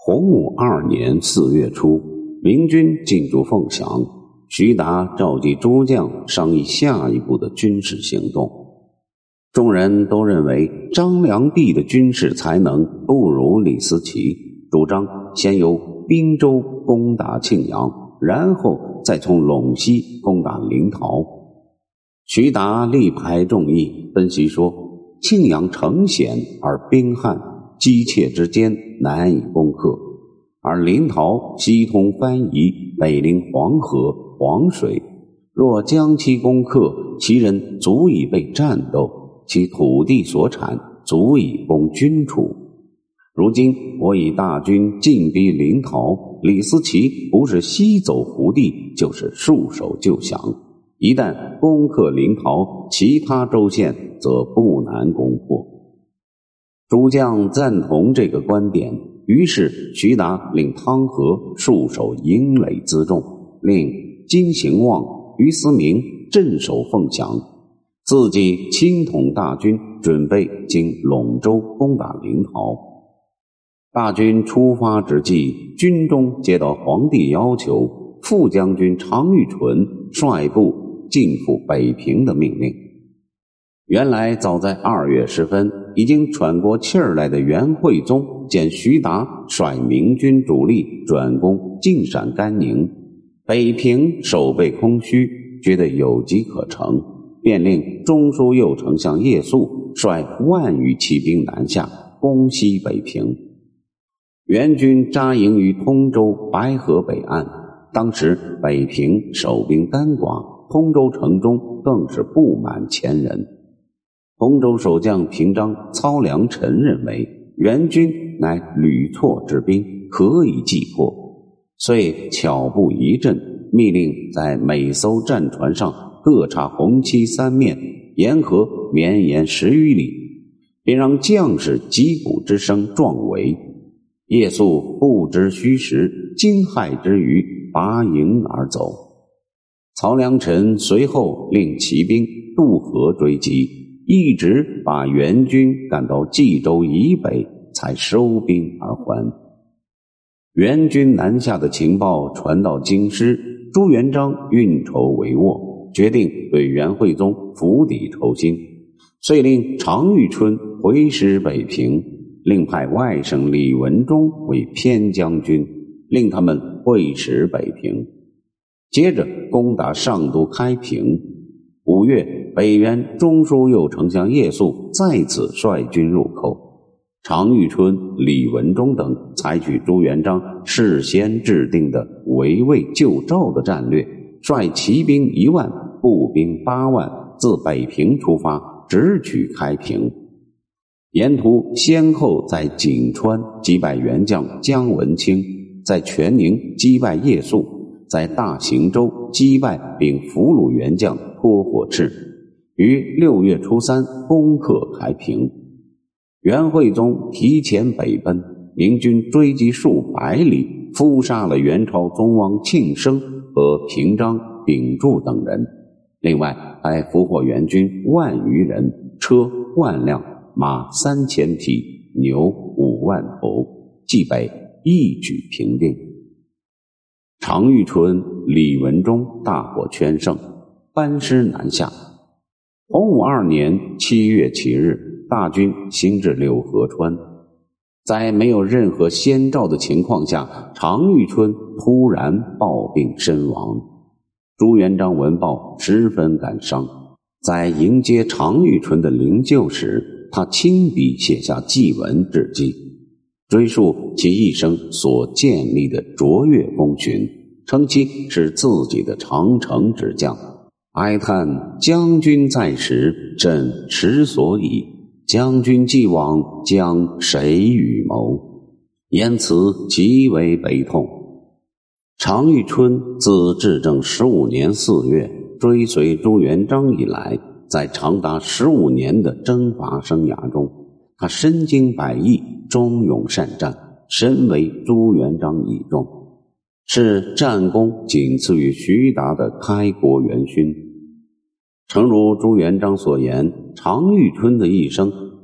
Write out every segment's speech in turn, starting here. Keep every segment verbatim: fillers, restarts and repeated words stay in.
洪武二年四月初，明军进驻凤翔，徐达召集诸将商议下一步的军事行动。众人都认为张良弼的军事才能不如李思齐，主张先由滨州攻打庆阳，然后再从陇西攻打临洮。徐达力排众议，分析说，庆阳城险而兵悍，机切之间难以攻克，而临洮西通番禺，北临黄河、黄水，若将其攻克，其人足以备战斗，其土地所产足以供军储。如今我以大军进逼临洮，李思齐不是西走胡地，就是束手就降。一旦攻克临洮，其他州县则不难攻破。诸将赞同这个观点，于是徐达令汤和戍守营垒辎重，令金行旺、于思明镇守凤翔，自己亲统大军，准备经陇州攻打临洮。大军出发之际，军中接到皇帝要求，副将军常遇淳率部进赴北平的命令。原来早在二月时分，已经喘过气儿来的袁惠宗见徐达率明军主力转攻晋陕甘宁，北平守备空虚，觉得有机可乘，便令中书右丞相叶肃率万余骑兵南下，攻西北平。袁军扎营于通州白河北岸，当时北平守兵单寡，通州城中更是不满千人。通州守将平章操良臣认为袁军乃屡挫之兵，可以击破，遂巧布一阵，密令在每艘战船上各插红旗三面，沿河绵延十余里，并让将士击鼓之声壮围。叶肃不知虚实，惊骇之余拔营而走。曹良臣随后令骑兵渡河追击，一直把袁军赶到冀州以北，才收兵而还。袁军南下的情报传到京师，朱元璋运筹帷幄，决定对袁惠宗釜底抽薪，遂令常遇春回师北平，另派外甥李文忠为偏将军，令他们会师北平。接着攻打上都开平。五月，北原中书右丞相叶肃再次率军入寇，常遇春、李文忠等采取朱元璋事先制定的围魏救赵的战略，率骑兵一万，步兵八万，自北平出发，直取开平。沿途先后在景川击败元将姜文清，在全宁击败叶肃，在大行州击败并俘虏元将托火赤，于六月初三攻克开平。袁惠宗提前北奔，明军追击数百里，诛杀了元朝宗王庆生和平章、秉柱等人，另外还俘获元军万余人，车万辆，马三千匹，牛五万头，冀北一举平定。常遇春、李文忠大获全胜，班师南下。洪武二年七月七日，大军行至柳河川，在没有任何先兆的情况下，常遇春突然暴病身亡。朱元璋闻报十分感伤，在迎接常遇春的灵柩时，他亲笔写下祭文致祭，追溯其一生所建立的卓越功勋，称其是自己的长城之将，哀叹将军在时，朕迟所以，将军既往，将谁与谋？言辞极为悲痛。常遇春自至正十五年四月追随朱元璋以来，在长达十五年的征伐生涯中，他身经百役，忠勇善战，深为朱元璋倚重，是战功仅次于徐达的开国元勋。诚如朱元璋所言，常遇春的一生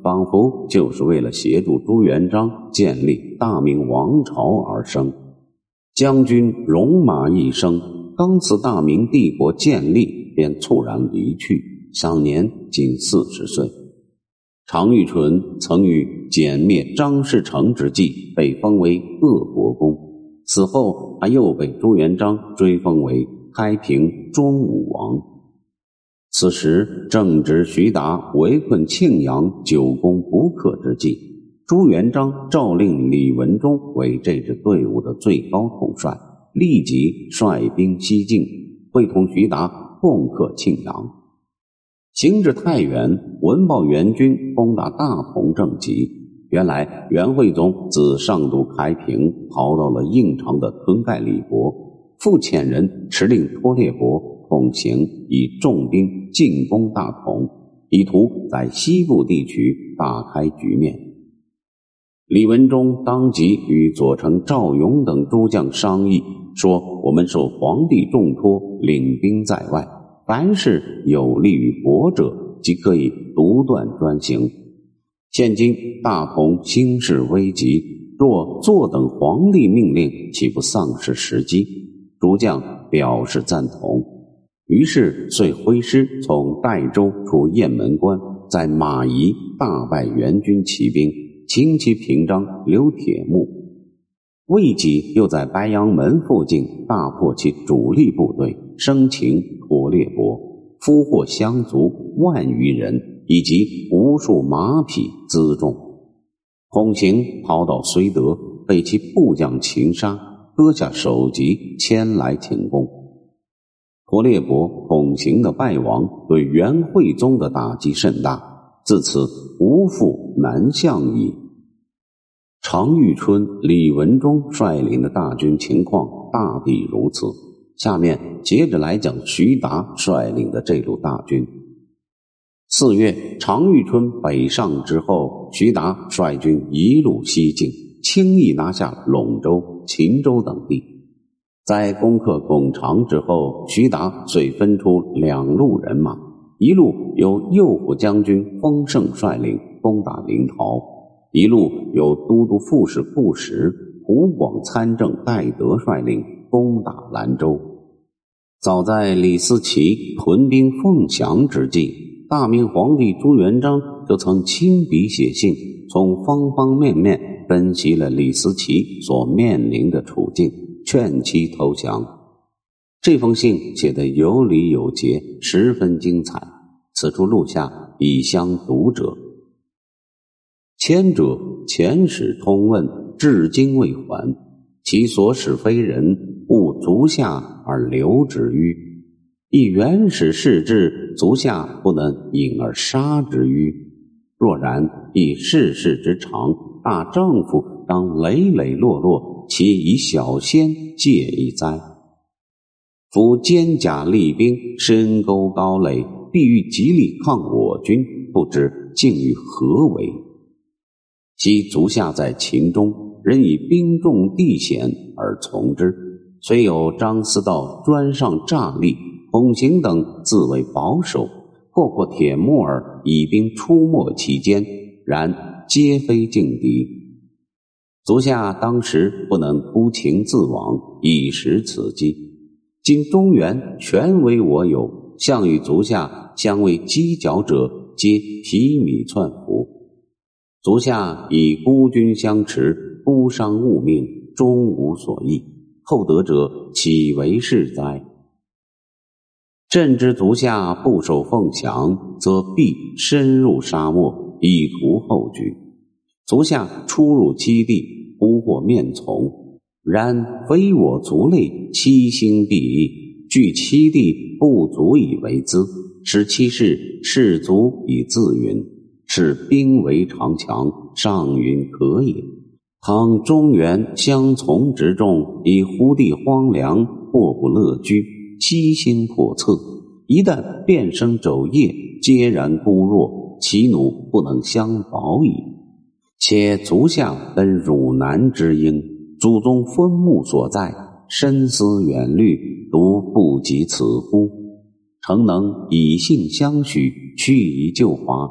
仿佛就是为了协助朱元璋建立大明王朝而生。将军戎马一生，刚自大明帝国建立便猝然离去，享年仅四十岁。常遇春曾于歼灭张士诚之际被封为鄂国公，此后他又被朱元璋追封为开平中武王。此时正值徐达围困庆阳，久攻不克之际，朱元璋诏令李文忠为这支队伍的最高统帅，立即率兵西进，会同徐达共克庆阳。行至太原，闻报援军攻打大同正急。原来元惠宗自上都开平逃到了应城的屯盖李国，复遣人持令托列伯统行，以重兵进攻大同，以图在西部地区打开局面。李文忠当即与左丞赵勇等诸将商议，说我们受皇帝重托，领兵在外，凡是有利于国者，即可以独断专行。现今大同兴势危急，若坐等皇帝命令，岂不丧失时机？诸将表示赞同，于是遂挥师从代州出雁门关，在马邑大败元军骑兵，擒其平章刘铁木。未几又在白阳门附近大破其主力部队，生擒托列伯，俘获乡族万余人，以及无数马匹辎重。孔行逃到绥德，被其部将擒杀，割下首级牵来请功。托列伯、孔行的败亡对元惠宗的打击甚大，自此无复南向矣。常遇春、李文忠率领的大军情况大抵如此。下面接着来讲徐达率领的这路大军。四月，常遇春北上之后，徐达率军一路西进，轻易拿下陇州、秦州等地。在攻克巩长之后，徐达遂分出两路人马，一路由右辅将军丰盛率领攻打临洮，一路由都督副使顾时、湖广参政戴德率领攻打兰州。早在李思齐屯兵凤翔之际，大明皇帝朱元璋就曾亲笔写信，从方方面面分析了李思齐所面临的处境，劝其投降。这封信写得有理有节，十分精彩，此处录下以相读者。前者遣使通问，至今未还，其所使非人，勿足下而留之于？亦原始事至，足下不能引而杀之于？若然，以世事之常，大丈夫当累累落落，其以小先戒一哉？夫坚甲利兵，深沟高垒，必欲极力抗我军，不知竟于何为？昔足下在秦中，人以兵重地险而从之，虽有张思道专上诈力，孔行等自为保守，或或铁木儿以兵出没其间，然皆非劲敌。足下当时不能突秦自往，以食此机。今中原全为我有，项羽足下相为犄角者，皆皮米窜服。足下以孤军相持，孤伤物命，终无所益，后得者岂为是哉？朕之足下不守凤翔，则必深入沙漠，以图后举。足下出入基地，忽或面从，然非我族类，其心必异，据其地不足以为资，使其事士卒以自允，是兵为常强，上云可也。倘中原相从之众，以胡地荒凉，或不乐居，七心叵测，一旦变生肘腋，皆然孤弱，其弩不能相保矣。且足下本汝南之婴，祖宗分墓所在，深思远虑，独不及此乎？诚能以信相许，去夷就华，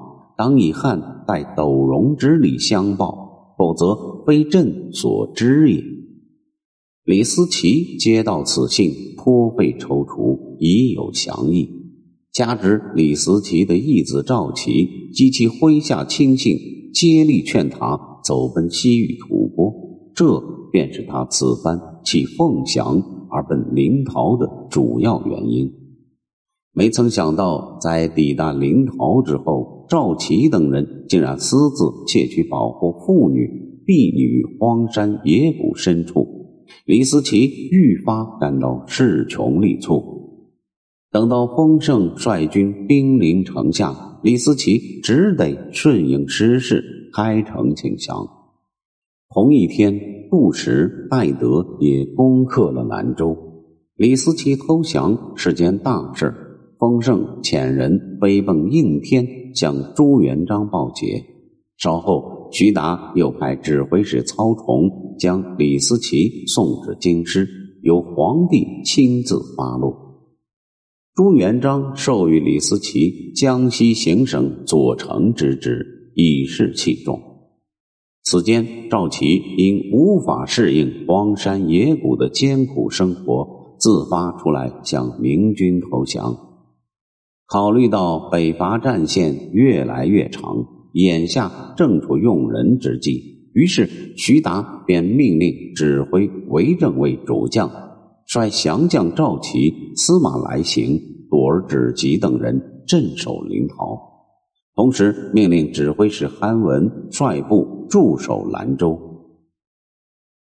当以汉待斗戎之礼相报，否则非朕所知也。李思齐接到此信，颇费踌躇，已有降意。加之李思齐的义子赵齐及其麾下亲信接力劝他走奔西域吐蕃，这便是他此番弃凤翔而奔临洮的主要原因。没曾想到，在抵达临洮之后，赵齐等人竟然私自窃取保护妇女婢女于荒山野谷深处，李思齐愈发感到势穷力挫。等到丰盛率军兵临城下，李思齐只得顺应时势，开城请降。同一天，杜实、戴德也攻克了兰州。李思齐投降是件大事，丰盛遣人飞奔应天，向朱元璋报捷。稍后，徐达又派指挥使操崇将李思齐送至京师，由皇帝亲自发落。朱元璋授予李思齐江西行省左丞之职，以示器重。此间，赵齐因无法适应荒山野谷的艰苦生活，自发出来向明军投降。考虑到北伐战线越来越长，眼下正处用人之际，于是徐达便命令指挥韦正为主将，率降将赵齐、司马来行、朵尔止吉等人镇守临洮，同时命令指挥使韩文率部驻守兰州。